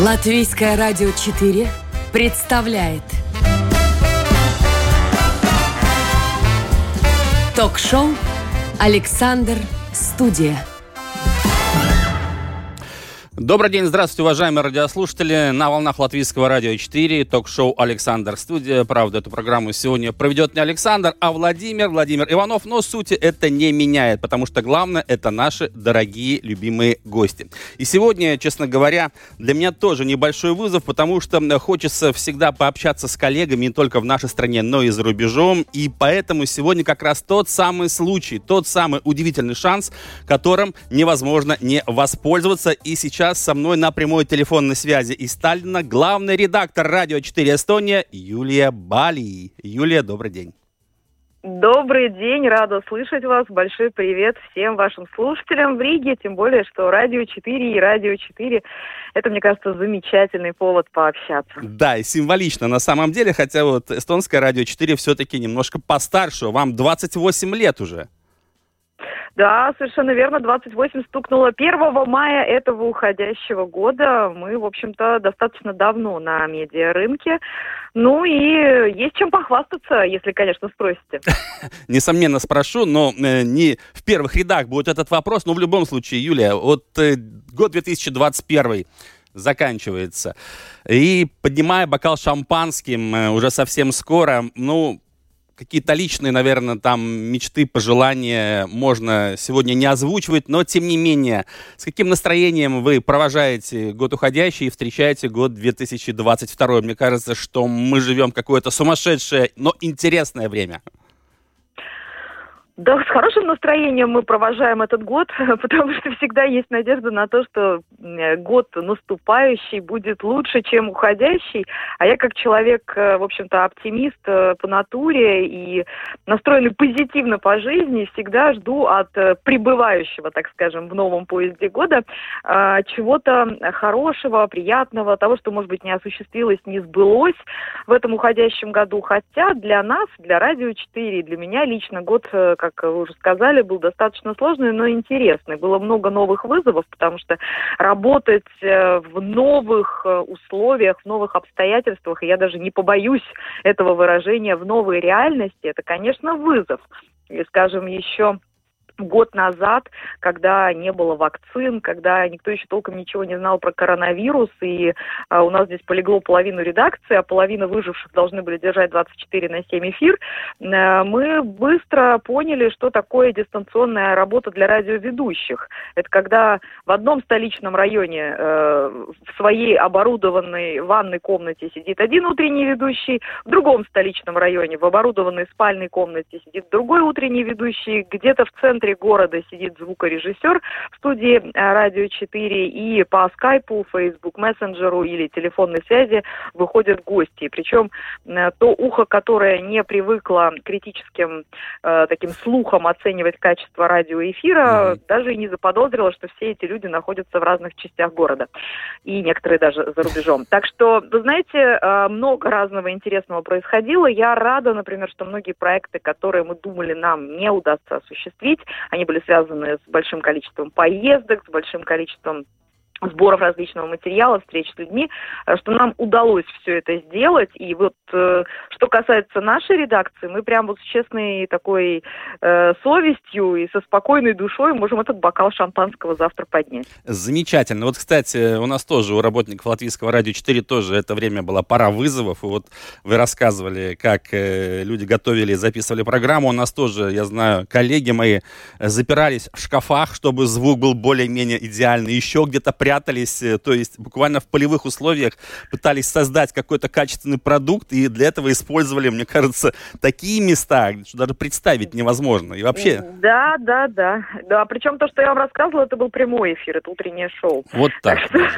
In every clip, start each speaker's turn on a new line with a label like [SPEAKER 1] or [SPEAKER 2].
[SPEAKER 1] Латвийское радио 4 представляет ток-шоу «Александр Студия».
[SPEAKER 2] Добрый день, здравствуйте, уважаемые радиослушатели. На волнах Латвийского радио 4, ток-шоу «Александр Студия». Правда, эту программу сегодня проведет не Александр, а Владимир Иванов. Но сути это не меняет, потому что главное — это наши дорогие, любимые гости. И сегодня, честно говоря, для меня тоже небольшой вызов, потому что хочется всегда пообщаться с коллегами не только в нашей стране, но и за рубежом. И поэтому сегодня как раз тот самый случай, тот самый удивительный шанс, которым невозможно не воспользоваться. И сейчас со мной на прямой телефонной связи из Таллина главный редактор «Радио 4 Эстония» Юлия Бали. Юлия, добрый день.
[SPEAKER 3] Добрый день, рада слышать вас. Большой привет всем вашим слушателям в Риге, тем более, что «Радио 4» и «Радио 4» — это, мне кажется, замечательный повод пообщаться.
[SPEAKER 2] Да, и символично на самом деле, хотя вот эстонское «Радио 4» все-таки немножко постарше, вам 28 лет уже.
[SPEAKER 3] Да, совершенно верно, 28 стукнуло 1 мая этого уходящего года. Мы, в общем-то, достаточно давно на медиарынке. Ну и есть чем похвастаться, если, конечно, спросите.
[SPEAKER 2] Несомненно, спрошу, но не в первых рядах будет этот вопрос. Но в любом случае, Юлия, вот год 2021 заканчивается. И поднимая бокал шампанским уже совсем скоро, какие-то личные, наверное, там мечты, пожелания можно сегодня не озвучивать, но, тем не менее, с каким настроением вы провожаете год уходящий и встречаете год 2022? Мне кажется, что мы живем в какое-то сумасшедшее, но интересное время.
[SPEAKER 3] Да, с хорошим настроением мы провожаем этот год, потому что всегда есть надежда на то, что год наступающий будет лучше, чем уходящий. А я как человек, в общем-то, оптимист по натуре и настроенный позитивно по жизни, всегда жду от прибывающего, так скажем, в новом поезде года чего-то хорошего, приятного, того, что, может быть, не осуществилось, не сбылось в этом уходящем году. Хотя для нас, для «Радио 4», для меня лично год, как вы уже сказали, был достаточно сложный, но интересный. Было много новых вызовов, потому что работать в новых условиях, в новых обстоятельствах, и я даже не побоюсь этого выражения, в новой реальности, это, конечно, вызов. И, скажем, еще год назад, когда не было вакцин, когда никто еще толком ничего не знал про коронавирус, и у нас здесь полегло половину редакции, а половина выживших должны были держать 24/7 эфир, мы быстро поняли, что такое дистанционная работа для радиоведущих. Это когда в одном столичном районе в своей оборудованной ванной комнате сидит один утренний ведущий, в другом столичном районе в оборудованной спальной комнате сидит другой утренний ведущий, где-то в центре города сидит звукорежиссер в студии «Радио 4», и по скайпу, Facebook мессенджеру или телефонной связи выходят гости. Причем то ухо, которое не привыкло критическим таким слухом оценивать качество радиоэфира, даже и не заподозрило, что все эти люди находятся в разных частях города. И некоторые даже за рубежом. Так что, вы знаете, много разного интересного происходило. Я рада, например, что многие проекты, которые мы думали, нам не удастся осуществить, они были связаны с большим количеством поездок, с большим количеством сборов различного материала, встреч с людьми, что нам удалось все это сделать. И вот что касается нашей редакции, мы прям вот с честной такой совестью и со спокойной душой можем этот бокал шампанского завтра поднять.
[SPEAKER 2] Замечательно. Вот, кстати, у нас тоже, у работников Латвийского радио 4 тоже это время была пора вызовов. И вот вы рассказывали, как люди готовили и записывали программу. У нас тоже, я знаю, коллеги мои запирались в шкафах, чтобы звук был более-менее идеальный. Еще где-то прятались, то есть буквально в полевых условиях пытались создать какой-то качественный продукт, и для этого использовали, мне кажется, такие места, что даже представить невозможно. И вообще...
[SPEAKER 3] Да, причем то, что я вам рассказывала, это был прямой эфир, это утреннее шоу.
[SPEAKER 2] Вот так.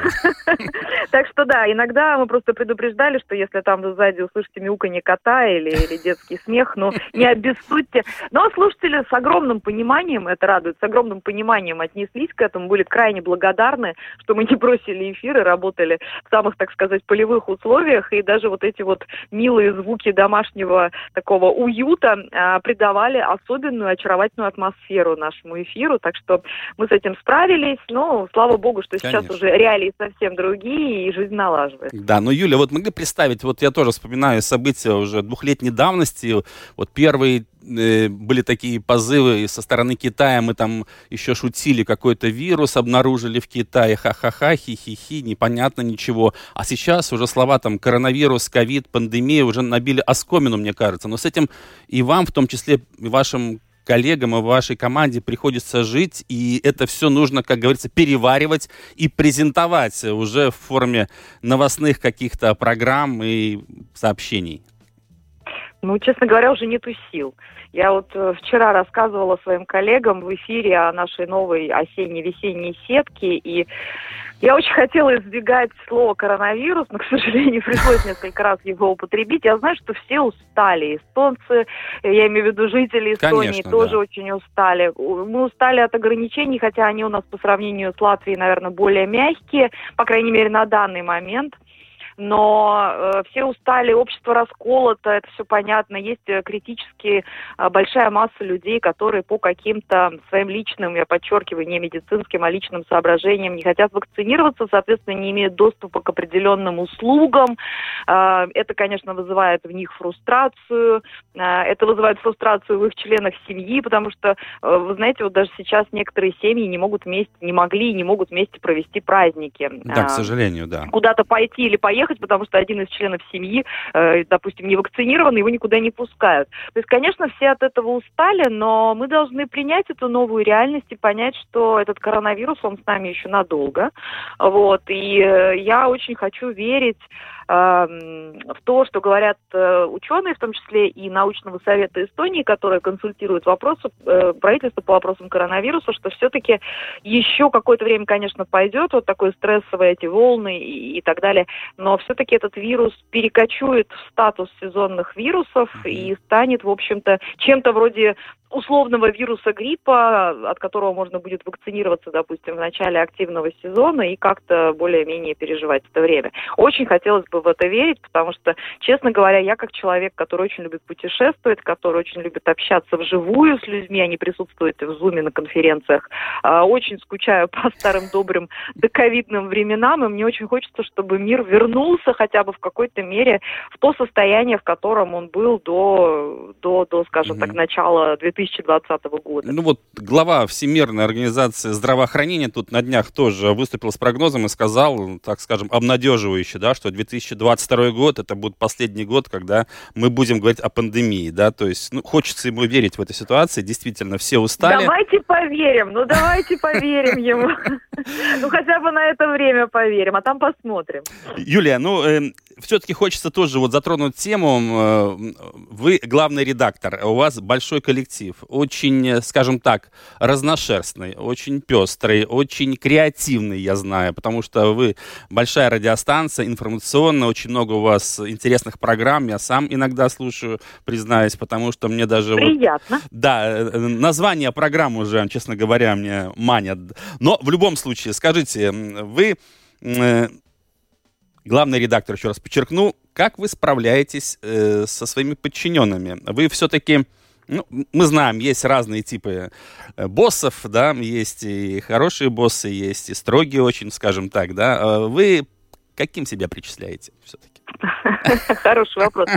[SPEAKER 3] Так что да, иногда мы просто предупреждали, что если там сзади услышите мяуканье кота или детский смех, не обессудьте. Но слушатели с огромным пониманием, это радует, с огромным пониманием отнеслись к этому, были крайне благодарны, что мы не бросили эфир и работали в самых, так сказать, полевых условиях, и даже вот эти вот милые звуки домашнего такого уюта придавали особенную очаровательную атмосферу нашему эфиру, так что мы с этим справились, но слава богу, что сейчас уже реалии совсем другие, и жизнь налаживается.
[SPEAKER 2] Да, но, Юля, вот могли представить, вот я тоже вспоминаю события уже двухлетней давности, вот первые были такие позывы со стороны Китая, мы там еще шутили, какой-то вирус обнаружили в Китае, ха-ха-ха, хи-хи-хи, непонятно ничего. А сейчас уже слова там коронавирус, ковид, пандемия уже набили оскомину, мне кажется. Но с этим и вам, в том числе и вашим коллегам и вашей команде приходится жить, и это все нужно, как говорится, переваривать и презентовать уже в форме новостных каких-то программ и сообщений.
[SPEAKER 3] Ну, честно говоря, уже нету сил. Я вот вчера рассказывала своим коллегам в эфире о нашей новой осенне-весенней сетке, и я очень хотела избегать слова «коронавирус», но, к сожалению, пришлось несколько раз его употребить. Я знаю, что все устали. Эстонцы, я имею в виду жители Эстонии, конечно, тоже очень устали. Мы устали от ограничений, хотя они у нас по сравнению с Латвией, наверное, более мягкие, по крайней мере, на данный момент. Но все устали, общество расколото, это все понятно. Есть критически большая масса людей, которые по каким-то своим личным, я подчеркиваю, не медицинским, а личным соображениям не хотят вакцинироваться, соответственно, не имеют доступа к определенным услугам. Это, конечно, вызывает в них фрустрацию. Это вызывает фрустрацию в их членах семьи, потому что, вы знаете, вот даже сейчас некоторые семьи не могут вместе провести праздники.
[SPEAKER 2] Да, к сожалению, да.
[SPEAKER 3] Куда-то пойти или поехать, потому что один из членов семьи, допустим, не вакцинирован, его никуда не пускают. То есть, конечно, все от этого устали, но мы должны принять эту новую реальность и понять, что этот коронавирус, он с нами еще надолго. Вот. И я очень хочу верить в то, что говорят ученые, в том числе и научного совета Эстонии, которые консультируют правительство по вопросам коронавируса, что все-таки еще какое-то время, конечно, пойдет вот такое стрессовое, эти волны и так далее, но все-таки этот вирус перекочует в статус сезонных вирусов и станет, в общем-то, чем-то вроде условного вируса гриппа, от которого можно будет вакцинироваться, допустим, в начале активного сезона и как-то более-менее переживать это время. Очень хотелось бы в это верить, потому что, честно говоря, я как человек, который очень любит путешествовать, который очень любит общаться вживую с людьми, а не присутствовать в зуме на конференциях, очень скучаю по старым добрым доковидным временам, и мне очень хочется, чтобы мир вернулся хотя бы в какой-то мере в то состояние, в котором он был до скажем так, начала 2020 года.
[SPEAKER 2] Ну вот глава Всемирной организации здравоохранения тут на днях тоже выступил с прогнозом и сказал, так скажем, обнадеживающе, да, что 2022 год это будет последний год, когда мы будем говорить о пандемии, да, то есть хочется ему верить в этой ситуации, действительно все устали.
[SPEAKER 3] Давайте поверим ему. Ну хотя бы на это время поверим, а там посмотрим.
[SPEAKER 2] Юлия, все-таки хочется тоже вот затронуть тему. Вы главный редактор, у вас большой коллектив, очень, скажем так, разношерстный, очень пестрый, очень креативный, я знаю, потому что вы большая радиостанция, информационная, очень много у вас интересных программ, я сам иногда слушаю, признаюсь, потому что мне даже...
[SPEAKER 3] Приятно.
[SPEAKER 2] Название программ уже, честно говоря, мне манят. Но в любом случае, скажите, вы... Главный редактор, еще раз подчеркну, как вы справляетесь со своими подчиненными? Вы все-таки, мы знаем, есть разные типы боссов, да, есть и хорошие боссы, есть и строгие очень, скажем так, да. Вы каким себя причисляете все-таки?
[SPEAKER 3] Хороший вопрос.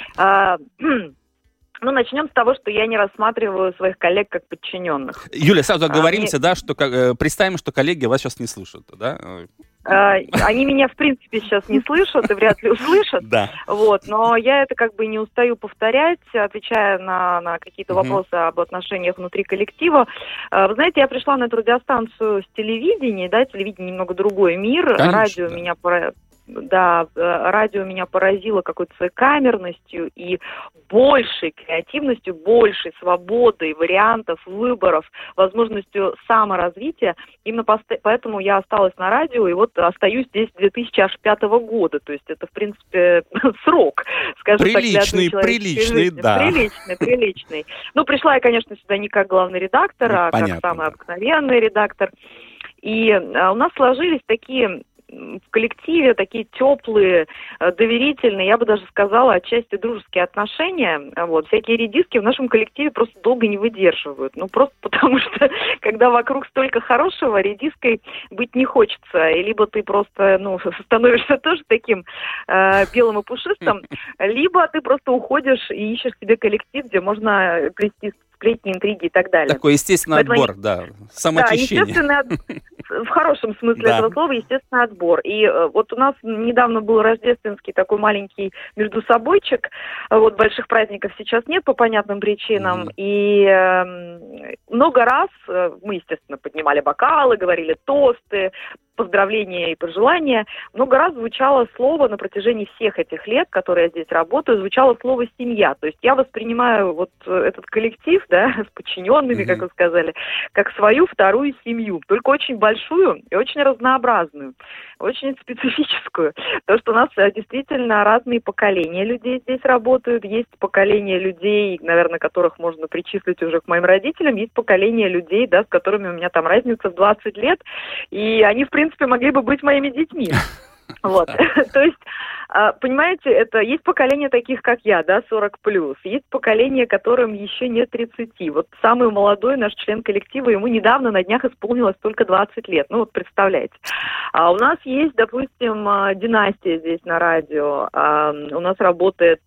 [SPEAKER 3] Начнем с того, что я не рассматриваю своих коллег как подчиненных.
[SPEAKER 2] Юля, сразу оговоримся, да, что представим, что коллеги вас сейчас не слушают, да?
[SPEAKER 3] Они меня, в принципе, сейчас не слышат и вряд ли услышат.
[SPEAKER 2] Да.
[SPEAKER 3] Вот, но я это не устаю повторять, отвечая на какие-то вопросы об отношениях внутри коллектива. Вы знаете, я пришла на эту радиостанцию с телевидения, да, телевидение немного другой мир.
[SPEAKER 2] Конечно,
[SPEAKER 3] радио меня поразило какой-то своей камерностью и большей креативностью, большей свободой вариантов, выборов, возможностью саморазвития. Именно поэтому я осталась на радио и вот остаюсь здесь с 2005 года. То есть это, в принципе, срок, скажем так, для одной человеческой жизни.
[SPEAKER 2] Да.
[SPEAKER 3] Приличный. Пришла я, конечно, сюда не как главный редактор, а как самый обыкновенный редактор. И у нас сложились такие в коллективе такие теплые, доверительные, я бы даже сказала, отчасти дружеские отношения. Вот. Всякие редиски в нашем коллективе просто долго не выдерживают. Ну, просто потому что, когда вокруг столько хорошего, редиской быть не хочется. И либо ты просто, становишься тоже таким белым и пушистым, либо ты просто уходишь и ищешь себе коллектив, где можно плести сплетни, интриги и так далее.
[SPEAKER 2] Такой естественный отбор, самоочищение.
[SPEAKER 3] Да, в хорошем смысле этого слова, естественный отбор. И вот у нас недавно был рождественский такой маленький междусобойчик. Вот больших праздников сейчас нет по понятным причинам. И много раз мы, естественно, поднимали бокалы, говорили тосты, поздравления и пожелания. Много раз звучало слово на протяжении всех этих лет, которые я здесь работаю, звучало слово «семья». То есть я воспринимаю вот этот коллектив, да, с подчиненными, как вы сказали, как свою вторую семью, только очень большую и очень разнообразную, очень специфическую. Потому что у нас действительно разные поколения людей здесь работают. Есть поколение людей, наверное, которых можно причислить уже к моим родителям, есть поколение людей, да, с которыми у меня там разница в 20 лет, и они, в принципе, могли бы быть моими детьми. Вот. То есть, понимаете, есть поколение таких, как я, да, 40+. Есть поколение, которым еще нет 30. Вот самый молодой наш член коллектива, ему недавно на днях исполнилось только 20 лет. Ну вот представляете. У нас есть, допустим, династия здесь на радио. У нас работает,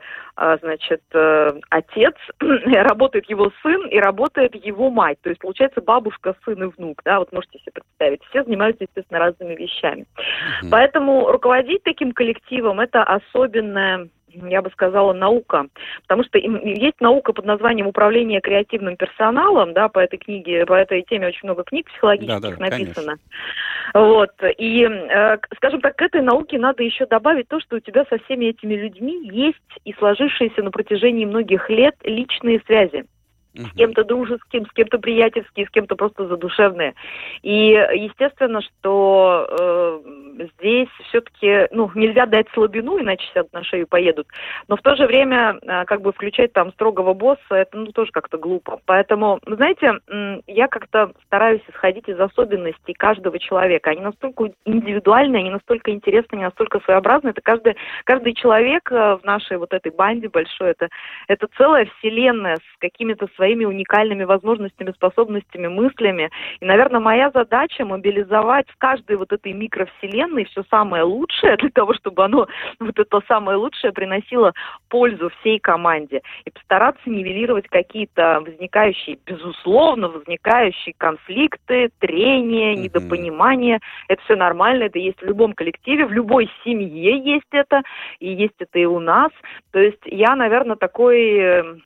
[SPEAKER 3] отец, работает его сын и работает его мать. То есть, получается, бабушка, сын и внук, да, вот можете себе представить. Все занимаются, естественно, разными вещами. Поэтому руководить таким коллективом – это особенная, я бы сказала, наука. Потому что есть наука под названием «Управление креативным персоналом», да, по этой книге, по этой теме очень много книг психологических написано. Вот. И, скажем так, к этой науке надо еще добавить то, что у тебя со всеми этими людьми есть и сложившиеся на протяжении многих лет личные связи. С кем-то дружеским, с кем-то приятельским, с кем-то просто задушевные. И естественно, что здесь все-таки, нельзя дать слабину, иначе все на шею поедут. Но в то же время, включать там строгого босса, это, тоже как-то глупо. Поэтому, знаете, я как-то стараюсь исходить из особенностей каждого человека. Они настолько индивидуальны, они настолько интересны, они настолько своеобразны. Это каждый человек в нашей вот этой банде большой, это целая вселенная с какими-то своими уникальными возможностями, способностями, мыслями. И, наверное, моя задача мобилизовать в каждой вот этой микровселенной все самое лучшее для того, чтобы оно, вот это самое лучшее, приносило пользу всей команде. И постараться нивелировать какие-то безусловно возникающие конфликты, трения, недопонимания. Это все нормально, это есть в любом коллективе, в любой семье есть это, и есть это и у нас. То есть я, наверное, такой...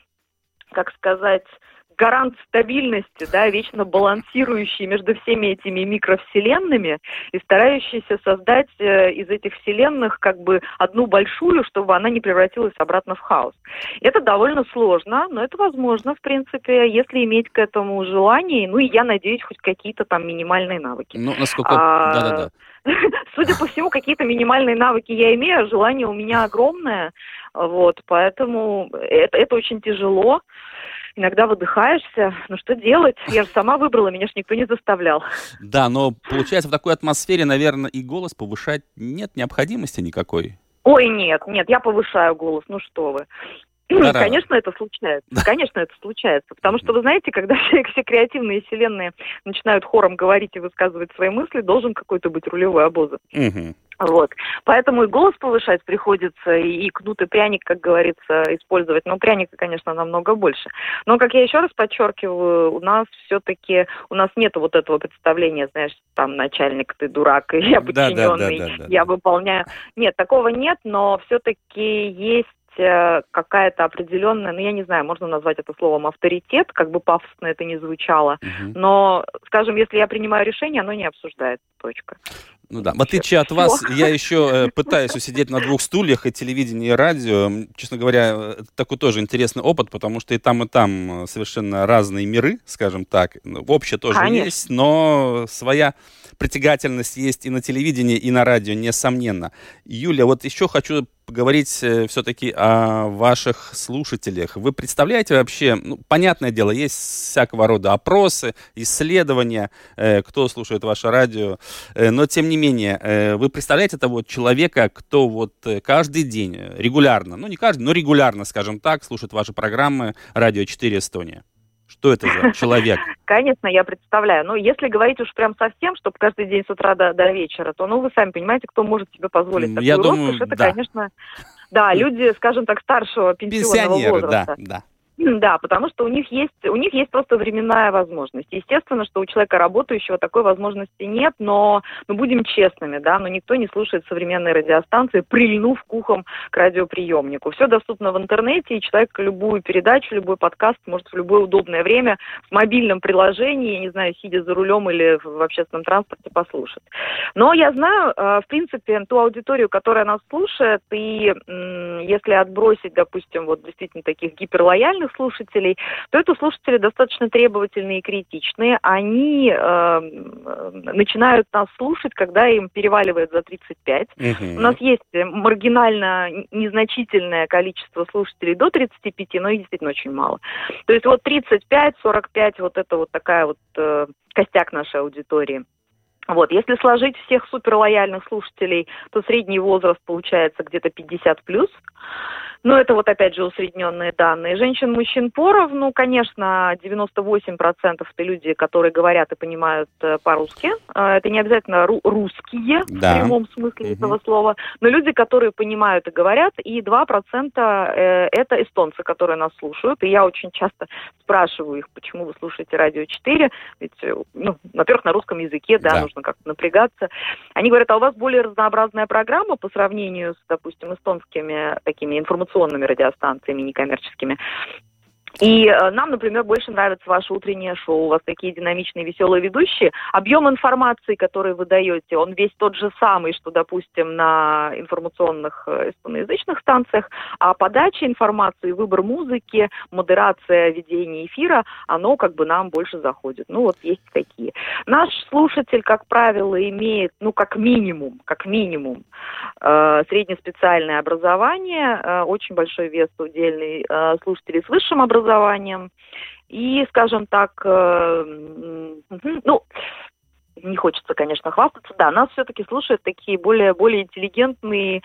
[SPEAKER 3] гарант стабильности, да, вечно балансирующий между всеми этими микровселенными и старающийся создать из этих вселенных одну большую, чтобы она не превратилась обратно в хаос. Это довольно сложно, но это возможно, в принципе, если иметь к этому желание, и я надеюсь, хоть какие-то там минимальные навыки.
[SPEAKER 2] Насколько... Да-да-да.
[SPEAKER 3] Судя по всему, какие-то минимальные навыки я имею, а желание у меня огромное, вот, поэтому это очень тяжело. Иногда выдыхаешься, что делать? Я же сама выбрала, меня же никто не заставлял. Да,
[SPEAKER 2] но получается в такой атмосфере, наверное, и голос повышать нет необходимости никакой.
[SPEAKER 3] Ой, нет, я повышаю голос, что вы. Конечно, это случается. Потому что, вы знаете, когда все креативные вселенные начинают хором говорить и высказывать свои мысли, должен какой-то быть рулевой обоза. Вот. Поэтому и голос повышать приходится, и кнут, и пряник, как говорится, использовать. Но пряника, конечно, намного больше. Но, как я еще раз подчеркиваю, у нас нету вот этого представления, знаешь, там начальник, ты дурак, и я подчиненный, я выполняю. Нет, такого нет, но все-таки есть какая-то определенная, я не знаю, можно назвать это словом авторитет, как бы пафосно это ни звучало, но, скажем, если я принимаю решение, оно не обсуждается, точка.
[SPEAKER 2] В отличие от вас, я еще пытаюсь усидеть на двух стульях, и телевидение, и радио. Честно говоря, такой тоже интересный опыт, потому что и там совершенно разные миры, скажем так. Общее тоже есть, но своя притягательность есть и на телевидении, и на радио, несомненно. Юля, вот еще хочу поговорить все-таки о ваших слушателях. Вы представляете вообще, понятное дело, есть всякого рода опросы, исследования, кто слушает ваше радио, но тем не менее, вы представляете того человека, кто вот каждый день регулярно, не каждый, но регулярно, скажем так, слушает ваши программы «Радио 4 Эстония»? Что это за человек?
[SPEAKER 3] Конечно, я представляю. Но если говорить уж прям совсем, чтобы каждый день с утра до вечера, то, вы сами понимаете, кто может себе позволить такую роскошь. Это, конечно, люди, скажем так, старшего пенсионного возраста. Да, потому что у них есть просто временная возможность. Естественно, что у человека работающего такой возможности нет, но будем честными, но никто не слушает современные радиостанции, прильнув к ухам к радиоприемнику. Все доступно в интернете, и человек любую передачу, любой подкаст может в любое удобное время в мобильном приложении, не знаю, сидя за рулем или в общественном транспорте послушать. Но я знаю, в принципе, ту аудиторию, которая нас слушает, и если отбросить, допустим, вот действительно таких гиперлояльных слушателей, то это слушатели достаточно требовательные и критичные. Они начинают нас слушать, когда им переваливает за 35. У нас есть маргинально незначительное количество слушателей до 35, но их действительно очень мало. То есть 35-45, это такая костяк нашей аудитории. Если сложить всех суперлояльных слушателей, то средний возраст получается где-то 50+. Но это опять же усредненные данные. Женщин, мужчин поровну, конечно, 98% это люди, которые говорят и понимают по-русски. Это не обязательно русские в прямом смысле этого слова, но люди, которые понимают и говорят, и 2% это эстонцы, которые нас слушают. И я очень часто спрашиваю их, почему вы слушаете Радио 4, ведь, во-первых, на русском языке, нужно как-то напрягаться. Они говорят, а у вас более разнообразная программа по сравнению с, допустим, эстонскими такими информационными радиостанциями некоммерческими. И нам, например, больше нравится ваше утреннее шоу, у вас такие динамичные, веселые ведущие. Объем информации, который вы даете, он весь тот же самый, что, допустим, на информационных эстоноязычных станциях, а подача информации, выбор музыки, модерация ведения эфира, оно нам больше заходит. Есть такие. Наш слушатель, как правило, имеет, как минимум, среднеспециальное образование, очень большой вес удельный слушателей с высшим образованием, и, скажем так, не хочется, конечно, хвастаться, нас все-таки слушают такие более интеллигентные,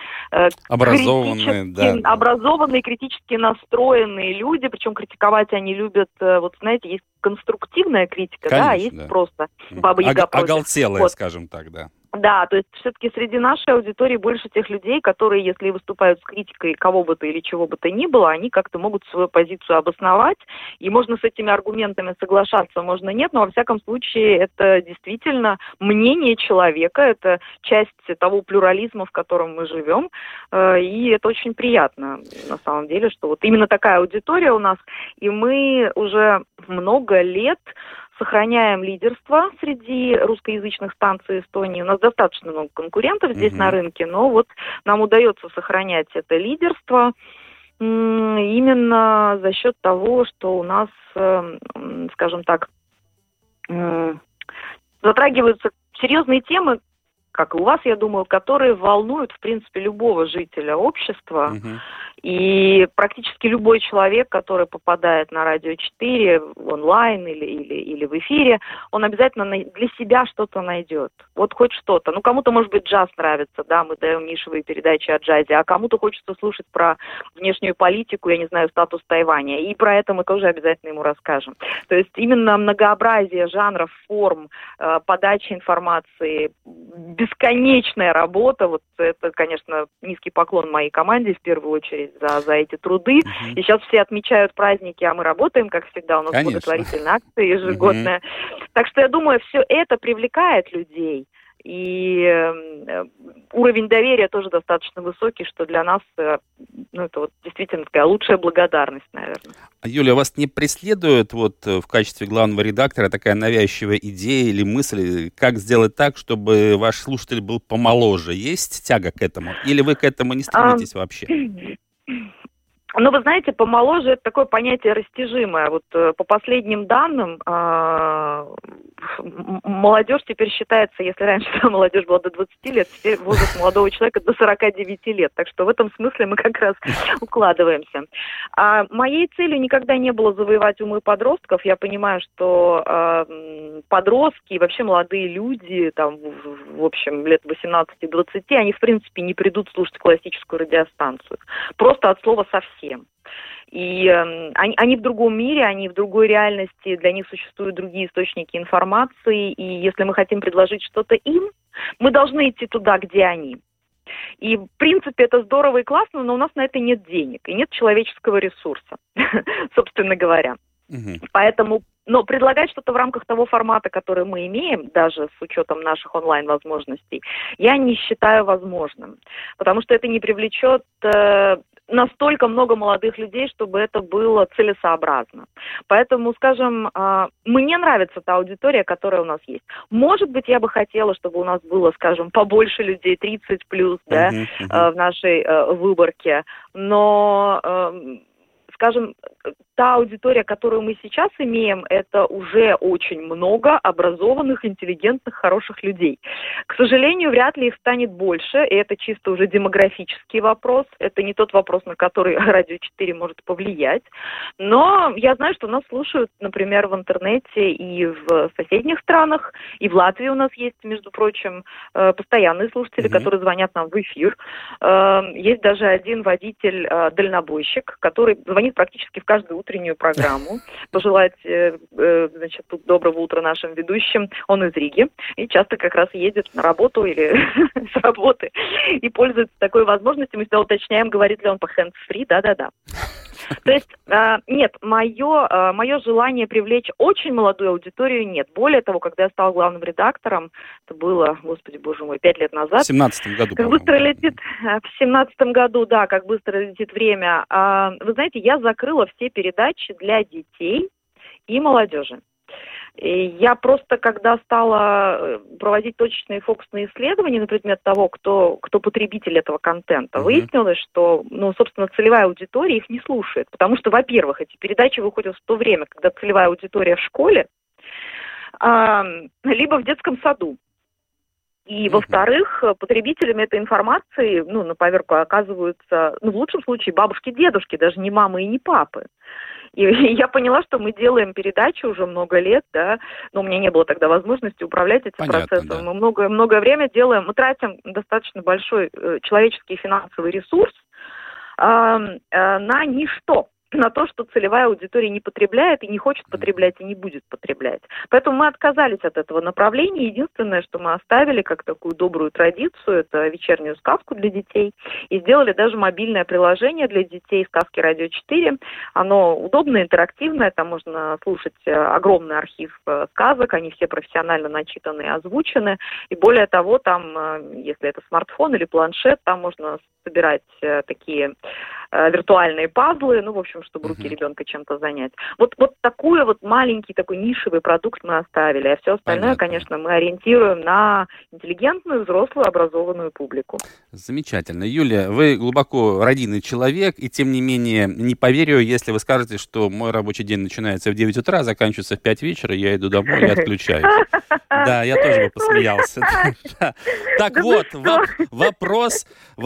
[SPEAKER 3] образованные, критически настроенные люди, причем критиковать они любят, есть конструктивная критика, конечно, есть просто баба-яга против.
[SPEAKER 2] Оголтелая, скажем так,
[SPEAKER 3] Да, то есть все-таки среди нашей аудитории больше тех людей, которые, если выступают с критикой кого бы то или чего бы то ни было, они как-то могут свою позицию обосновать, и можно с этими аргументами соглашаться, можно нет, но во всяком случае это действительно мнение человека, это часть того плюрализма, в котором мы живем, и это очень приятно, на самом деле, что именно такая аудитория у нас, и мы уже много лет сохраняем лидерство среди русскоязычных станций Эстонии. У нас достаточно много конкурентов здесь на рынке, но нам удается сохранять это лидерство именно за счет того, что у нас, скажем так, затрагиваются серьезные темы, как и у вас, я думаю, которые волнуют, в принципе, любого жителя общества. И практически любой человек, который попадает на Радио 4 онлайн или в эфире, он обязательно для себя что-то найдет. Хоть что-то. Кому-то, может быть, джаз нравится, мы даем нишевые передачи о джазе, а кому-то хочется слушать про внешнюю политику, я не знаю, статус Тайваня. И про это мы тоже обязательно ему расскажем. То есть именно многообразие жанров, форм, подачи информации, бесконечная работа, это, конечно, низкий поклон моей команде в первую очередь за эти труды. И сейчас все отмечают праздники, а мы работаем, как всегда, у нас благотворительная акция ежегодная. Так что я думаю, все это привлекает людей. И уровень доверия тоже достаточно высокий, что для нас это действительно такая лучшая благодарность, наверное.
[SPEAKER 2] Юлия, вас не преследует в качестве главного редактора такая навязчивая идея или мысль, как сделать так, чтобы ваш слушатель был помоложе? Есть тяга к этому? Или вы к этому не стремитесь вообще?
[SPEAKER 3] Вы знаете, помоложе – это такое понятие растяжимое. По последним данным, молодежь теперь считается, если раньше молодежь была до 20 лет, теперь возраст молодого человека до 49 лет. Так что в этом смысле мы как раз укладываемся. А моей целью никогда не было завоевать умы подростков. Я понимаю, что подростки и вообще молодые люди, там, в общем, лет 18-20, они, в принципе, не придут слушать классическую радиостанцию. Просто от слова совсем. И они в другом мире, они в другой реальности, для них существуют другие источники информации, и если мы хотим предложить что-то им, мы должны идти туда, где они. И, в принципе, это здорово и классно, но у нас на это нет денег, и нет человеческого ресурса, собственно говоря. Поэтому, но предлагать что-то в рамках того формата, который мы имеем, даже с учетом наших онлайн-возможностей, я не считаю возможным, потому что это не привлечет настолько много молодых людей, чтобы это было целесообразно. Поэтому, скажем, мне нравится та аудитория, которая у нас есть. Может быть, я бы хотела, чтобы у нас было, скажем, побольше людей, 30+, да, в нашей выборке, но... Скажем, та аудитория, которую мы сейчас имеем, это уже очень много образованных, интеллигентных, хороших людей. К сожалению, вряд ли их станет больше, и это чисто уже демографический вопрос. Это не тот вопрос, на который Радио 4 может повлиять. Но я знаю, что нас слушают, например, в интернете и в соседних странах, и в Латвии у нас есть, между прочим, постоянные слушатели, которые звонят нам в эфир. Есть даже один водитель-дальнобойщик, который звонит практически в каждую утреннюю программу, пожелать, значит, тут доброго утра нашим ведущим. Он из Риги и часто как раз едет на работу или с работы и пользуется такой возможностью. Мы всегда уточняем, говорит ли он по hands-free, да-да-да. То есть, нет, мое желание привлечь очень молодую аудиторию нет. Более того, когда я стала главным редактором, это было, господи, боже мой, 5 лет назад.
[SPEAKER 2] В 17-м году,
[SPEAKER 3] как быстро летит, в 17-м году, да, как быстро летит время. Вы знаете, я закрыла все передачи для детей и молодежи. И я просто, когда стала проводить точечные фокусные исследования на предмет того, кто потребитель этого контента, выяснилось, что, собственно, целевая аудитория их не слушает. Потому что, во-первых, эти передачи выходят в то время, когда целевая аудитория в школе, либо в детском саду. И, во-вторых, потребителями этой информации, на поверку оказываются, в лучшем случае, бабушки, дедушки, даже не мамы и не папы. И я поняла, что мы делаем передачи уже много лет, да, но у меня не было тогда возможности управлять этим процессом. Да. Мы многое время делаем, мы тратим достаточно большой человеческий и финансовый ресурс на ничто. На то, что целевая аудитория не потребляет и не хочет потреблять и не будет потреблять. Поэтому мы отказались от этого направления. Единственное, что мы оставили как такую добрую традицию, это вечернюю сказку для детей. И сделали даже мобильное приложение для детей «Сказки Радио 4». Оно удобное, интерактивное, там можно слушать огромный архив сказок, они все профессионально начитаны и озвучены. И более того, там, если это смартфон или планшет, там можно собирать такие виртуальные пазлы, в общем, чтобы руки ребенка чем-то занять. Вот такой маленький такой нишевый продукт мы оставили, а все остальное, конечно, мы ориентируем на интеллигентную, взрослую, образованную публику.
[SPEAKER 2] Замечательно. Юлия, вы глубоко родийный человек, и тем не менее не поверю, если вы скажете, что мой рабочий день начинается в 9 утра, заканчивается в 5 вечера, я иду домой и отключаюсь. Да, я тоже бы посмеялся. Так вот, вопрос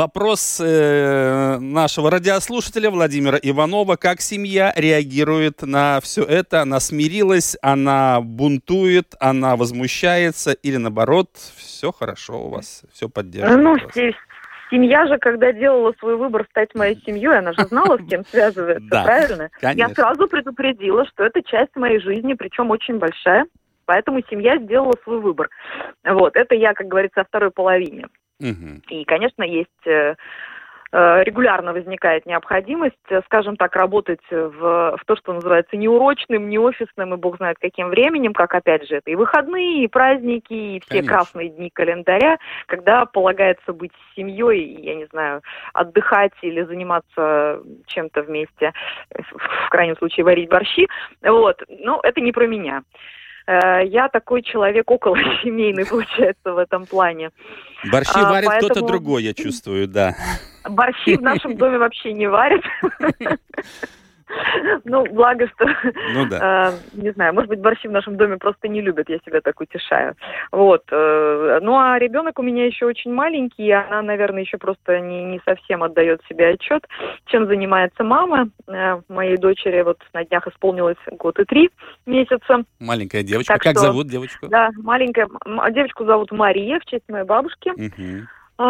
[SPEAKER 2] нашего радиослушателя Владимира Иванова. Как семья реагирует на все это? Она смирилась, она бунтует, она возмущается или наоборот, все хорошо у вас, все поддерживает вас?
[SPEAKER 3] Семья же, когда делала свой выбор стать моей семьей, она же знала, с кем связывается, правильно?
[SPEAKER 2] Конечно.
[SPEAKER 3] Я сразу предупредила, что это часть моей жизни, причем очень большая, поэтому семья сделала свой выбор. Это я, как говорится, о второй половине. И, конечно, есть... регулярно возникает необходимость, скажем так, работать в то, что называется неурочным, неофисным и бог знает каким временем, как, опять же, это и выходные, и праздники, и все красные дни календаря, когда полагается быть с семьей, я не знаю, отдыхать или заниматься чем-то вместе, в крайнем случае варить борщи. Но это не про меня. Я такой человек околосемейный, получается, в этом плане.
[SPEAKER 2] Борщи варит кто-то другой, я чувствую, да.
[SPEAKER 3] Борщи в нашем доме вообще не варят. Ну, благо, что,
[SPEAKER 2] Ну да.
[SPEAKER 3] не знаю, может быть, борщи в нашем доме просто не любят, я себя так утешаю. Вот. Ну, а ребенок у меня еще очень маленький, и она, наверное, еще просто не совсем отдает себе отчет, чем занимается мама. Моей дочери вот на днях исполнилось 1 год и 3 месяца.
[SPEAKER 2] Маленькая девочка.
[SPEAKER 3] Так
[SPEAKER 2] Как
[SPEAKER 3] что,
[SPEAKER 2] зовут девочку?
[SPEAKER 3] Да, маленькая. Девочку зовут Мария, в честь моей бабушки.
[SPEAKER 2] Мгм.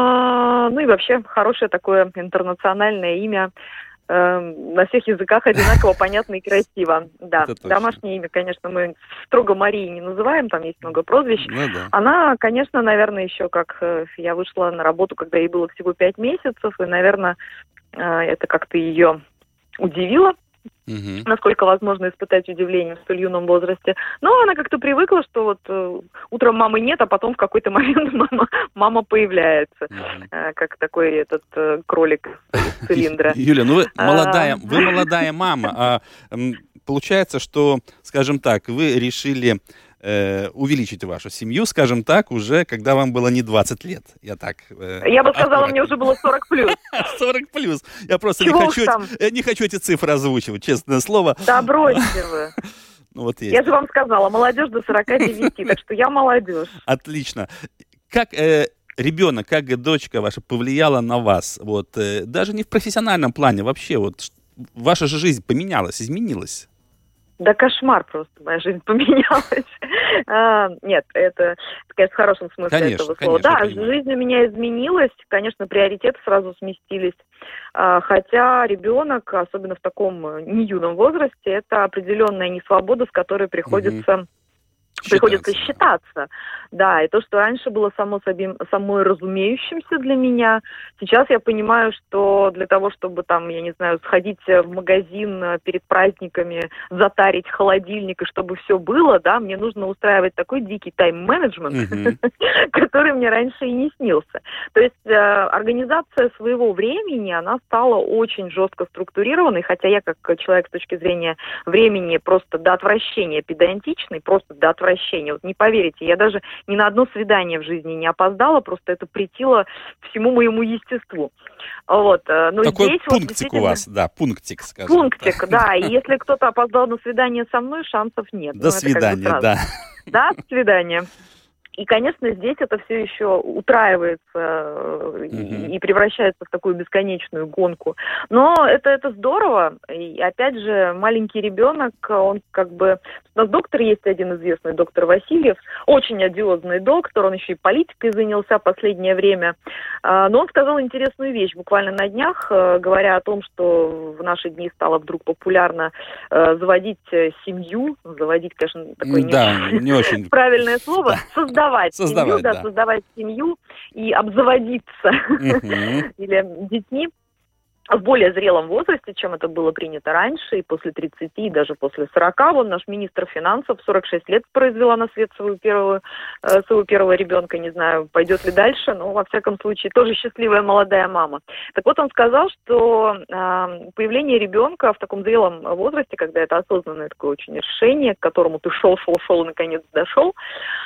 [SPEAKER 3] Ну и вообще хорошее такое интернациональное имя. На всех языках одинаково понятно и красиво. Да,
[SPEAKER 2] Это точно.
[SPEAKER 3] домашнее имя, конечно, мы строго Марией не называем, там есть много прозвищ.
[SPEAKER 2] Ну да.
[SPEAKER 3] Она, конечно, наверное, еще как я вышла на работу, когда ей было всего 5 месяцев, и, наверное, это как-то ее удивило,
[SPEAKER 2] Мгм.
[SPEAKER 3] насколько возможно испытать удивление в столь юном возрасте. Но она как-то привыкла, что вот утром мамы нет, а потом в какой-то момент мама появляется,
[SPEAKER 2] Мгм.
[SPEAKER 3] как такой этот кролик из цилиндра.
[SPEAKER 2] Юля, ну вы молодая мама. Получается, что, скажем так, вы решили увеличить вашу семью, скажем так, уже когда вам было не 20 лет. Я так...
[SPEAKER 3] Я бы сказала, мне уже было 40 плюс.
[SPEAKER 2] 40 плюс. Я просто
[SPEAKER 3] Чего уж там?
[SPEAKER 2] не хочу эти цифры озвучивать, честное слово.
[SPEAKER 3] Да бросьте вы.
[SPEAKER 2] Ну, вот есть.
[SPEAKER 3] Я же вам сказала, молодежь до 49, так что я молодежь.
[SPEAKER 2] Отлично. Как ребенок, как дочка ваша повлияла на вас? Вот, даже не в профессиональном плане, вообще, вот ваша же жизнь поменялась, изменилась.
[SPEAKER 3] Да кошмар просто, моя жизнь поменялась. Нет, это, конечно, в хорошем смысле
[SPEAKER 2] Конечно,
[SPEAKER 3] этого слова.
[SPEAKER 2] конечно, я
[SPEAKER 3] Да,
[SPEAKER 2] понимаю.
[SPEAKER 3] жизнь у меня изменилась, конечно, приоритеты сразу сместились. Хотя ребенок, особенно в таком не юном возрасте, это определенная несвобода, с которой приходится считаться. Да, и то, что раньше было самой разумеющимся для меня, сейчас я понимаю, что для того, чтобы там, я не знаю, сходить в магазин перед праздниками, затарить холодильник, и чтобы все было, да, мне нужно устраивать такой дикий тайм-менеджмент, который мне раньше и не снился. То есть организация своего времени, она стала очень жестко структурированной, хотя я как человек с точки зрения времени просто до отвращения педантичный, просто до отвращения. Вот не поверите, я даже ни на одно свидание в жизни не опоздала, просто это претило всему моему естеству. Вот. Но
[SPEAKER 2] такой
[SPEAKER 3] здесь
[SPEAKER 2] пунктик у вас, да, пунктик, скажем.
[SPEAKER 3] Пунктик, да, и если кто-то опоздал на свидание со мной, шансов нет.
[SPEAKER 2] До свидания, да.
[SPEAKER 3] Да, до свидания. И, конечно, здесь это все еще утраивается и превращается в такую бесконечную гонку. Но это здорово. И, опять же, маленький ребенок, он как бы... У нас доктор есть один известный, доктор Васильев, очень одиозный доктор, он еще и политикой занялся в последнее время. Но он сказал интересную вещь буквально на днях, говоря о том, что в наши дни стало вдруг популярно заводить семью, заводить, конечно, такое
[SPEAKER 2] не очень
[SPEAKER 3] правильное слово,
[SPEAKER 2] да.
[SPEAKER 3] создавать семью и обзаводиться или детьми в более зрелом возрасте, чем это было принято раньше, и после 30, и даже после 40. Вон наш министр финансов 46 лет произвела на свет своего первого ребенка, не знаю, пойдет ли дальше, но, во всяком случае, тоже счастливая молодая мама. Так вот, он сказал, что появление ребенка в таком зрелом возрасте, когда это осознанное такое очень решение, к которому ты шел, и наконец дошел,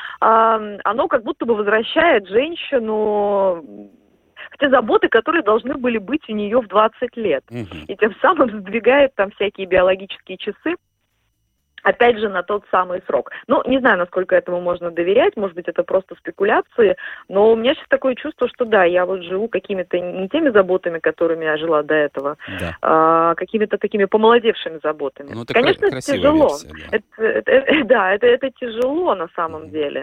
[SPEAKER 3] оно как будто бы возвращает женщину в те заботы, которые должны были быть у нее в 20 лет. И тем самым сдвигает там всякие биологические часы, опять же, на тот самый срок. Ну, не знаю, насколько этому можно доверять, может быть, это просто спекуляции, но у меня сейчас такое чувство, что да, я вот живу какими-то не теми заботами, которыми я жила до этого, а какими-то такими помолодевшими заботами.
[SPEAKER 2] Ну, это
[SPEAKER 3] конечно, это тяжело.
[SPEAKER 2] Версия,
[SPEAKER 3] это тяжело на самом деле.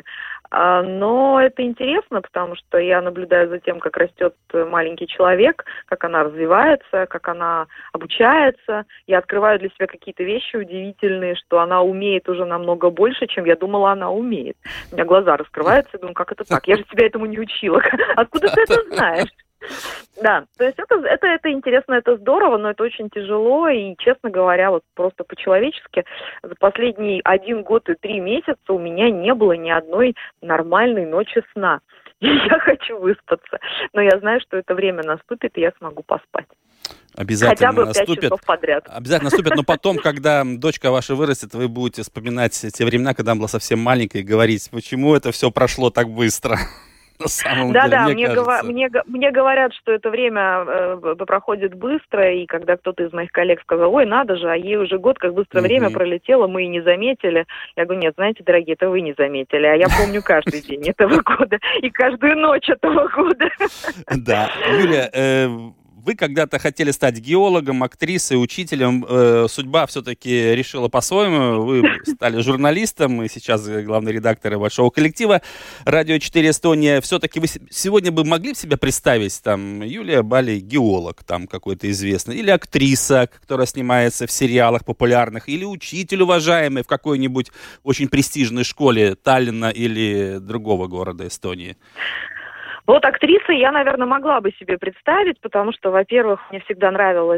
[SPEAKER 3] Но это интересно, потому что я наблюдаю за тем, как растет маленький человек, как она развивается, как она обучается. Я открываю для себя какие-то вещи удивительные, что она умеет уже намного больше, чем я думала, она умеет. У меня глаза раскрываются, я думаю, как это так? Я же тебя этому не учила. Откуда ты это знаешь? Да, то есть это интересно, это здорово, но это очень тяжело, и, честно говоря, вот просто по-человечески, за последний 1 год и 3 месяца у меня не было ни одной нормальной ночи сна. Я хочу выспаться, но я знаю, что это время наступит, и я смогу поспать.
[SPEAKER 2] Обязательно
[SPEAKER 3] хотя бы 5
[SPEAKER 2] наступит.
[SPEAKER 3] часов подряд.
[SPEAKER 2] Обязательно наступит, но потом, когда дочка ваша вырастет, вы будете вспоминать те времена, когда она была совсем маленькой, и говорить, почему это все прошло так быстро. на самом деле,
[SPEAKER 3] Да-да,
[SPEAKER 2] мне кажется.
[SPEAKER 3] мне говорят, что это время проходит быстро, и когда кто-то из моих коллег сказал, ой, надо же, а ей уже год, как быстро время пролетело, мы и не заметили. Я говорю, нет, знаете, дорогие, это вы не заметили, а я помню каждый день этого года и каждую ночь этого года.
[SPEAKER 2] Да. Юлия, вы когда-то хотели стать геологом, актрисой, учителем. Судьба все-таки решила по-своему. Вы стали журналистом и сейчас главный редактор большого коллектива «Радио 4 Эстония». Все-таки вы сегодня бы могли в себя представить, там, Юлия Бали геолог там какой-то известный, или актриса, которая снимается в сериалах популярных, или учитель уважаемый в какой-нибудь очень престижной школе Таллина или другого города Эстонии?
[SPEAKER 3] Вот актрисой я, наверное, могла бы себе представить, потому что, во-первых, мне всегда нравилось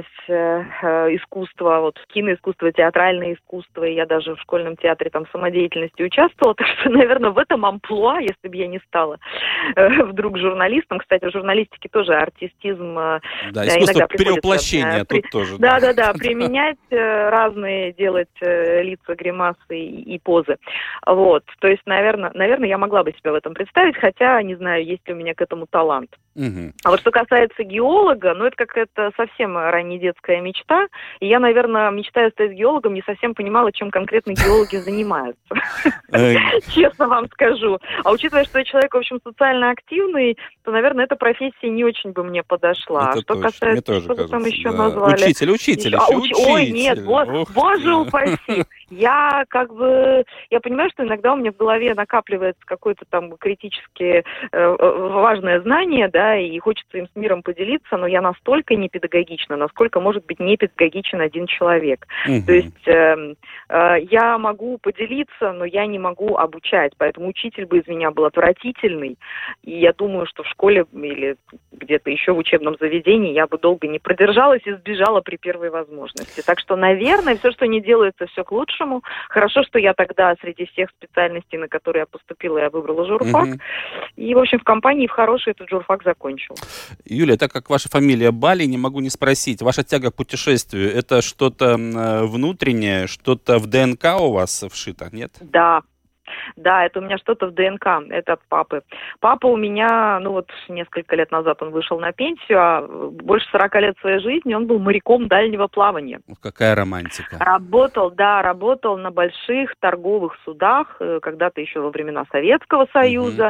[SPEAKER 3] искусство, вот киноискусство, театральное искусство, и я даже в школьном театре там самодеятельности участвовала, так что, наверное, в этом амплуа, если бы я не стала вдруг журналистом, кстати, в журналистике тоже артистизм
[SPEAKER 2] да, искусство перевоплощения тут тоже.
[SPEAKER 3] Да, применять разные, делать лица, гримасы и позы. Вот, то есть, наверное, я могла бы себя в этом представить, хотя, не знаю, есть ли у меня к этому талант. А вот что касается геолога, ну, это какая-то совсем раннедетская мечта, и я, наверное, мечтая стать геологом, не совсем понимала, чем конкретно геологи занимаются. Честно вам скажу. А учитывая, что я человек, в общем, социально активный, то, наверное, эта профессия не очень бы мне подошла. Что касается, что вы там еще назвали? Учитель. Ой, нет, боже упаси. Я понимаю, что иногда у меня в голове накапливается какое-то там критически важное знание, да, и хочется им с миром поделиться, но я настолько не педагогична, насколько может быть не педагогичен один человек. То есть я могу поделиться, но я не могу обучать, поэтому учитель бы из меня был отвратительный, и я думаю, что в школе или где-то еще в учебном заведении я бы долго не продержалась и сбежала при первой возможности. Так что, наверное, все, что не делается, все к лучшему. Хорошо, что я тогда среди всех специальностей, на которые я поступила, я выбрала журфак. И, в общем, в компании в хороший этот журфак закончил.
[SPEAKER 2] Юлия, так как ваша фамилия Бали, не могу не спросить, ваша тяга к путешествию, это что-то внутреннее, что-то в ДНК у вас вшито, нет?
[SPEAKER 3] Да, это у меня что-то в ДНК, это от папы. Папа у меня, несколько лет назад он вышел на пенсию, а больше 40 лет своей жизни он был моряком дальнего плавания.
[SPEAKER 2] Какая романтика.
[SPEAKER 3] Работал на больших торговых судах, когда-то еще во времена Советского Союза,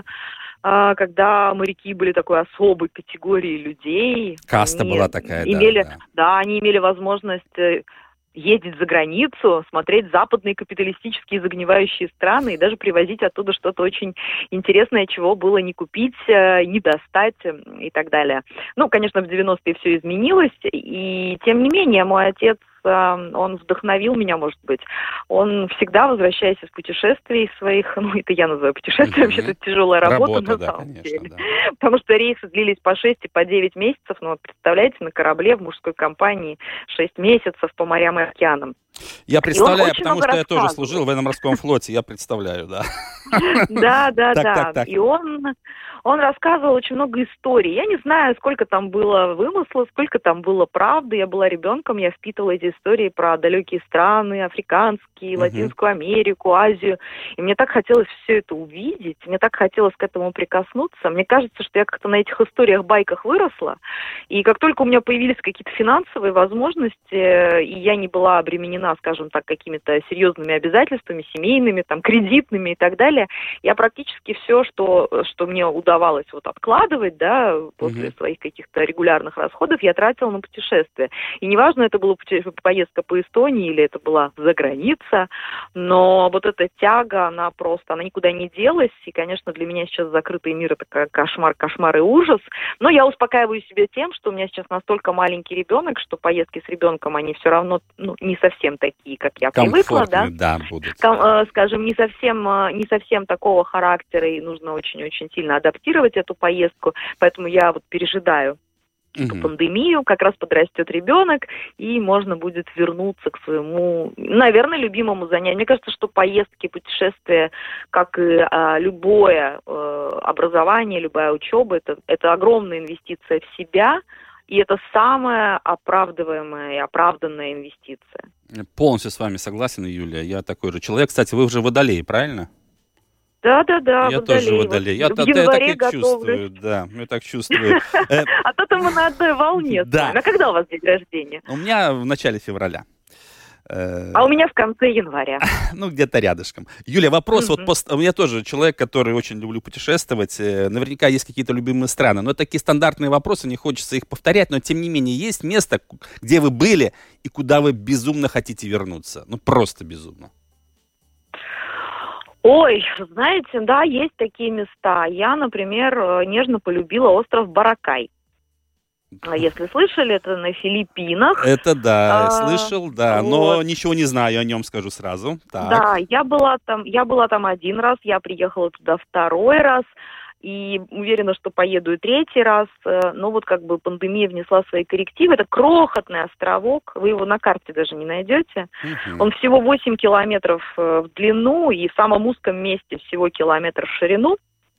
[SPEAKER 3] когда моряки были такой особой категорией людей.
[SPEAKER 2] Каста была такая,
[SPEAKER 3] они имели возможность ездить за границу, смотреть западные капиталистические загнивающие страны и даже привозить оттуда что-то очень интересное, чего было не купить, не достать и так далее. Конечно, в 90-е все изменилось, и тем не менее мой отец, он вдохновил меня, может быть. Он всегда, возвращаясь из путешествий своих, это я называю путешествием, вообще-то тяжелая работа на самом деле. Да. Потому что рейсы длились по 6 и по 9 месяцев, представляете, на корабле в мужской компании 6 месяцев по морям и океанам.
[SPEAKER 2] Я представляю, потому что я тоже служил в военно-морском флоте, я представляю, да.
[SPEAKER 3] Да. И он рассказывал очень много историй. Я не знаю, сколько там было вымысла, сколько там было правды. Я была ребенком, я впитывала эти истории про далекие страны, африканские, Латинскую Америку, Азию. И мне так хотелось все это увидеть, мне так хотелось к этому прикоснуться. Мне кажется, что я как-то на этих историях, байках выросла. И как только у меня появились какие-то финансовые возможности, и я не была обременена, скажем так, какими-то серьезными обязательствами, семейными, кредитными и так далее, я практически все, что мне удавалось откладывать, да, после своих каких-то регулярных расходов, я тратила на путешествия. И неважно, это была поездка по Эстонии или это была заграница, но вот эта тяга, она никуда не делась, и, конечно, для меня сейчас закрытый мир — это кошмар и ужас, но я успокаиваю себя тем, что у меня сейчас настолько маленький ребенок, что поездки с ребенком, они все равно, не совсем такие, как я привыкла, да, будут. Скажем, не совсем такого характера, и нужно очень-очень сильно адаптировать эту поездку, поэтому я пережидаю эту пандемию, как раз подрастет ребенок, и можно будет вернуться к своему, наверное, любимому занятию. Мне кажется, что поездки, путешествия, как и любое образование, любая учеба, это огромная инвестиция в себя, и это самая оправдываемая и оправданная инвестиция.
[SPEAKER 2] Полностью с вами согласен, Юлия. Я такой же человек. Кстати, вы уже водолей, правильно?
[SPEAKER 3] Да,
[SPEAKER 2] Я тоже водолей. Я так и чувствую, да, я так чувствую.
[SPEAKER 3] А то мы на одной волне.
[SPEAKER 2] Да.
[SPEAKER 3] А когда у вас день рождения?
[SPEAKER 2] У меня в начале февраля.
[SPEAKER 3] А у меня в конце января.
[SPEAKER 2] Ну, где-то рядышком. Юля, вопрос. Вот у меня тоже человек, который очень люблю путешествовать. Наверняка есть какие-то любимые страны. Но это такие стандартные вопросы, не хочется их повторять. Но, тем не менее, есть место, где вы были и куда вы безумно хотите вернуться. Ну, просто безумно.
[SPEAKER 3] Ой, знаете, да, есть такие места. Я, например, нежно полюбила остров Боракай. Если слышали, это на Филиппинах.
[SPEAKER 2] Это да, слышал, да,
[SPEAKER 3] вот.
[SPEAKER 2] Но ничего не знаю о нем, скажу сразу. Так.
[SPEAKER 3] Да, я была там один раз, я приехала туда второй раз, и уверена, что поеду и третий раз. Но вот как бы пандемия внесла свои коррективы. Это крохотный островок, вы его на карте даже не найдете. Он всего 8 километров в длину и в самом узком месте всего километр в ширину.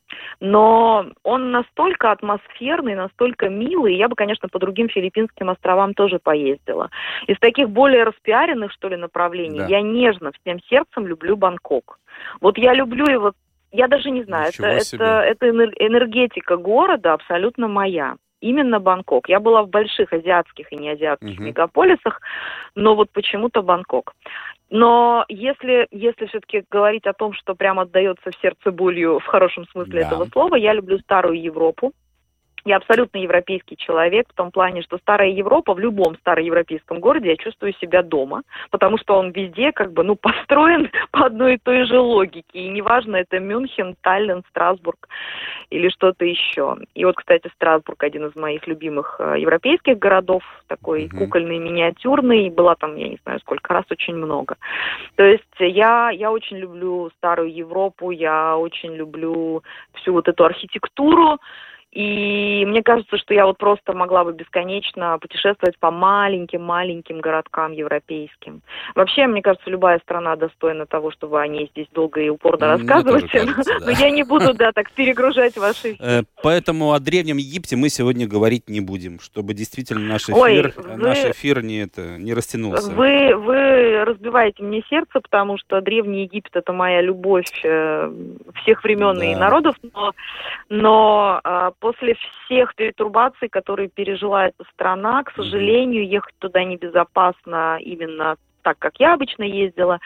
[SPEAKER 3] Но он настолько атмосферный, настолько милый. Я бы, конечно, по другим филиппинским островам тоже поездила. Из таких более распиаренных, что ли, направлений, я нежно, всем сердцем люблю Бангкок. Вот я люблю его, я даже не знаю, это энергетика города абсолютно моя. Именно Бангкок. Я была в больших азиатских и неазиатских мегаполисах, но вот почему-то Бангкок. Но если все-таки говорить о том, что прямо отдается в сердце болью в хорошем смысле этого слова, я люблю старую Европу. Я абсолютно европейский человек в том плане, что старая Европа, в любом староевропейском городе я чувствую себя дома, потому что он везде как бы, построен по одной и той же логике. И неважно, это Мюнхен, Таллин, Страсбург или что-то еще. И вот, кстати, Страсбург один из моих любимых европейских городов, такой кукольный, миниатюрный. Была там, я не знаю сколько раз, очень много. То есть я очень люблю старую Европу, я очень люблю всю вот эту архитектуру. И мне кажется, что я вот просто могла бы бесконечно путешествовать по маленьким городкам европейским. Вообще, мне кажется, любая страна достойна того, чтобы о ней здесь долго и упорно рассказывать. Но я не буду, так перегружать ваши эфиры.
[SPEAKER 2] Поэтому о Древнем Египте мы сегодня говорить не будем, чтобы действительно наш эфир не растянулся.
[SPEAKER 3] Вы разбиваете мне сердце, потому что Древний Египет — это моя любовь всех времен и народов, но после всех перетурбаций, которые пережила эта страна, к сожалению, ехать туда небезопасно именно так, как я обычно ездила.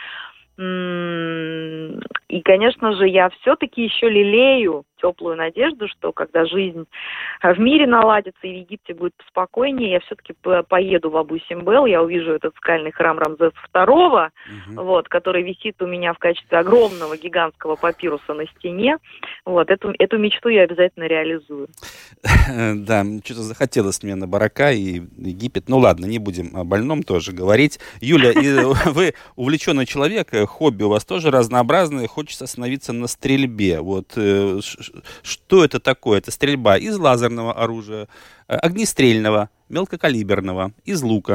[SPEAKER 3] И, конечно же, я все-таки еще лелею теплую надежду, что когда жизнь в мире наладится и в Египте будет поспокойнее, я все-таки поеду в Абу-Симбел, я увижу этот скальный храм Рамзеса II, который висит у меня в качестве огромного гигантского папируса на стене. Эту мечту я обязательно реализую.
[SPEAKER 2] Да, что-то захотелось мне на Боракай и Египет. Ну ладно, не будем о больном тоже говорить. Юля, вы увлеченный человек, хобби у вас тоже разнообразные, хочется остановиться на стрельбе. Что это такое? Это стрельба из лазерного оружия, огнестрельного, мелкокалиберного, из лука.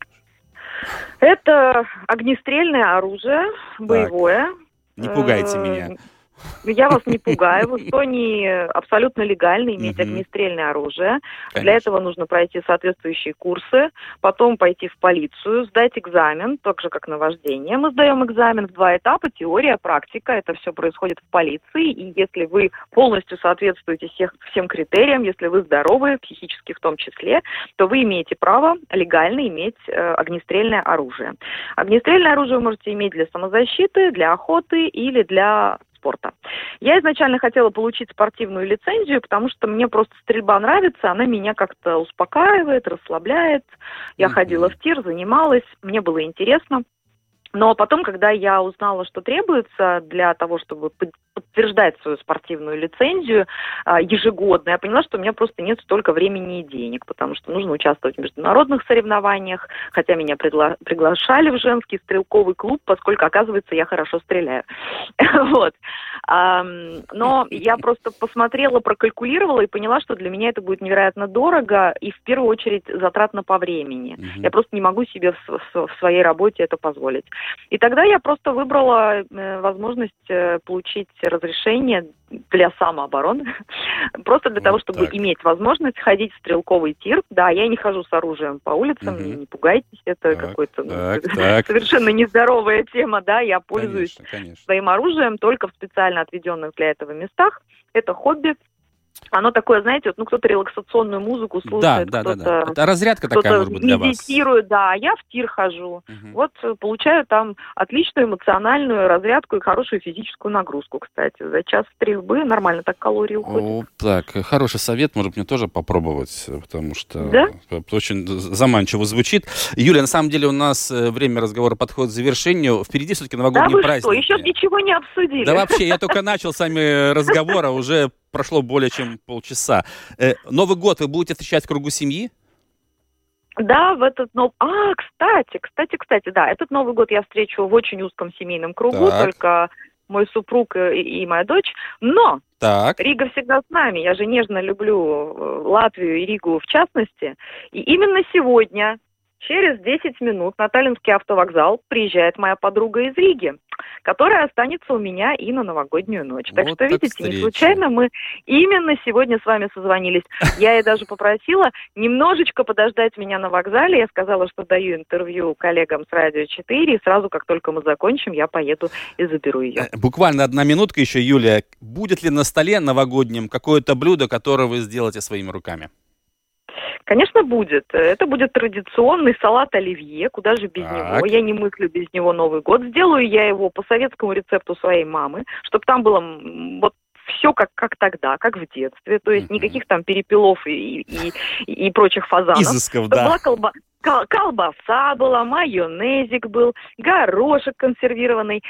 [SPEAKER 3] Это огнестрельное оружие, боевое.
[SPEAKER 2] Не пугайте меня.
[SPEAKER 3] Я вас не пугаю. В Эстонии абсолютно легально иметь огнестрельное оружие. Конечно. Для этого нужно пройти соответствующие курсы, потом пойти в полицию, сдать экзамен, так же, как на вождение. Мы сдаем экзамен в 2 этапа, теория, практика. Это все происходит в полиции. И если вы полностью соответствуете всем критериям, если вы здоровы, психически в том числе, то вы имеете право легально иметь огнестрельное оружие. Огнестрельное оружие вы можете иметь для самозащиты, для охоты или для спорта. Я изначально хотела получить спортивную лицензию, потому что мне просто стрельба нравится, она меня как-то успокаивает, расслабляет. Я ходила в тир, занималась, мне было интересно. Но потом, когда я узнала, что требуется для того, чтобы подтверждать свою спортивную лицензию ежегодно, я поняла, что у меня просто нет столько времени и денег, потому что нужно участвовать в международных соревнованиях, хотя меня приглашали в женский стрелковый клуб, поскольку, оказывается, я хорошо стреляю. Но я просто посмотрела, прокалькулировала и поняла, что для меня это будет невероятно дорого и, в первую очередь, затратно по времени. Я просто не могу себе в своей работе это позволить. И тогда я просто выбрала возможность получить разрешение для самообороны, просто для того, чтобы иметь возможность ходить в стрелковый тир. Да, я не хожу с оружием по улицам, не пугайтесь, это какой-то совершенно нездоровая тема, да, я пользуюсь своим оружием только в специально отведенных для этого местах. Это хобби. Оно такое, знаете, вот, кто-то релаксационную музыку слушает, кто-то...
[SPEAKER 2] Это разрядка такая, может быть, для вас.
[SPEAKER 3] Медитирует, да, а я в тир хожу. Вот получаю там отличную эмоциональную разрядку и хорошую физическую нагрузку, кстати. За час стрельбы нормально так калории уходят.
[SPEAKER 2] Так, хороший совет, может, мне тоже попробовать, потому что очень заманчиво звучит. Юлия, на самом деле у нас время разговора подходит к завершению. Впереди все-таки новогодние праздники. Да вы
[SPEAKER 3] что, еще ничего не обсудили?
[SPEAKER 2] Да вообще, я только начал с вами разговор, а уже прошло более чем полчаса. Новый год вы будете встречать в кругу семьи?
[SPEAKER 3] Да, в этот новый... кстати, да, этот Новый год я встречу в очень узком семейном кругу, только мой супруг и моя дочь. Но Рига всегда с нами. Я же нежно люблю Латвию и Ригу в частности. И именно сегодня, через 10 минут, на Таллинский автовокзал приезжает моя подруга из Риги, которая останется у меня и на новогоднюю ночь. Так что, видите, не случайно мы именно сегодня с вами созвонились. Я ей даже попросила немножечко подождать меня на вокзале. Я сказала, что даю интервью коллегам с Радио 4, и сразу, как только мы закончим, я поеду и заберу ее.
[SPEAKER 2] Буквально одна минутка еще, Юлия. Будет ли на столе новогоднем какое-то блюдо, которое вы сделаете своими руками?
[SPEAKER 3] Конечно, будет. Это будет традиционный салат оливье, куда же без него. Я не мыслю без него Новый год. Сделаю я его по советскому рецепту своей мамы, чтобы там было вот все как тогда, как в детстве. То есть никаких там перепелов и прочих фазанов.
[SPEAKER 2] Изысков, да.
[SPEAKER 3] Была колбаса была, майонезик был, горошек консервированный.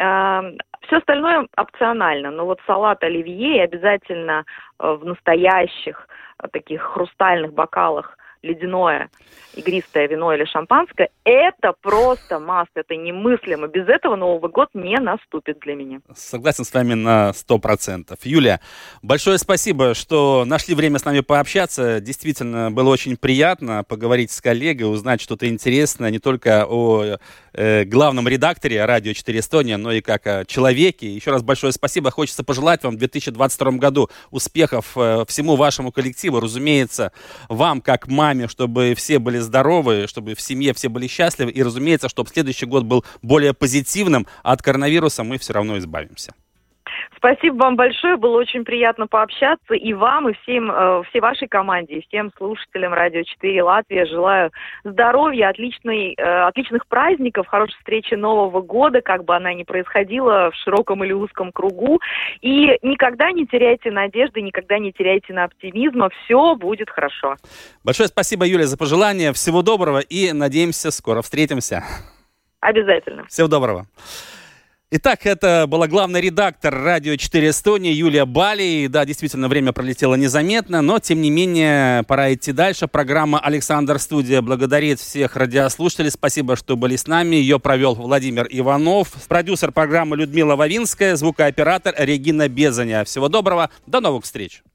[SPEAKER 3] Все остальное опционально. Но вот салат оливье обязательно в настоящих таких хрустальных бокалах ледяное игристое вино или шампанское, это просто маст, это немыслимо. Без этого Новый год не наступит для меня.
[SPEAKER 2] Согласен с вами на 100%. Юлия, большое спасибо, что нашли время с нами пообщаться. Действительно, было очень приятно поговорить с коллегой, узнать что-то интересное не только о главном редакторе Радио 4 Эстония, но и как о человеке. Еще раз большое спасибо. Хочется пожелать вам в 2022 году успехов всему вашему коллективу. Разумеется, вам, как маме, чтобы все были здоровы, чтобы в семье все были счастливы. И, разумеется, чтобы следующий год был более позитивным, а от коронавируса мы все равно избавимся.
[SPEAKER 3] Спасибо вам большое, было очень приятно пообщаться. И вам, и всей вашей команде, и всем слушателям Радио 4 Латвия желаю здоровья, отличных праздников, хорошей встречи Нового года, как бы она ни происходила, в широком или узком кругу. И никогда не теряйте надежды, никогда не теряйте оптимизма, все будет хорошо.
[SPEAKER 2] Большое спасибо, Юлия, за пожелания. Всего доброго и, надеемся, скоро встретимся.
[SPEAKER 3] Обязательно.
[SPEAKER 2] Всего доброго. Итак, это была главный редактор Радио 4 Эстония Юлия Бали. Да, действительно, время пролетело незаметно, но, тем не менее, пора идти дальше. Программа «Александр Студия» благодарит всех радиослушателей. Спасибо, что были с нами. Ее провел Владимир Иванов. Продюсер программы Людмила Вавинская, звукооператор Регина Безаня. Всего доброго, до новых встреч.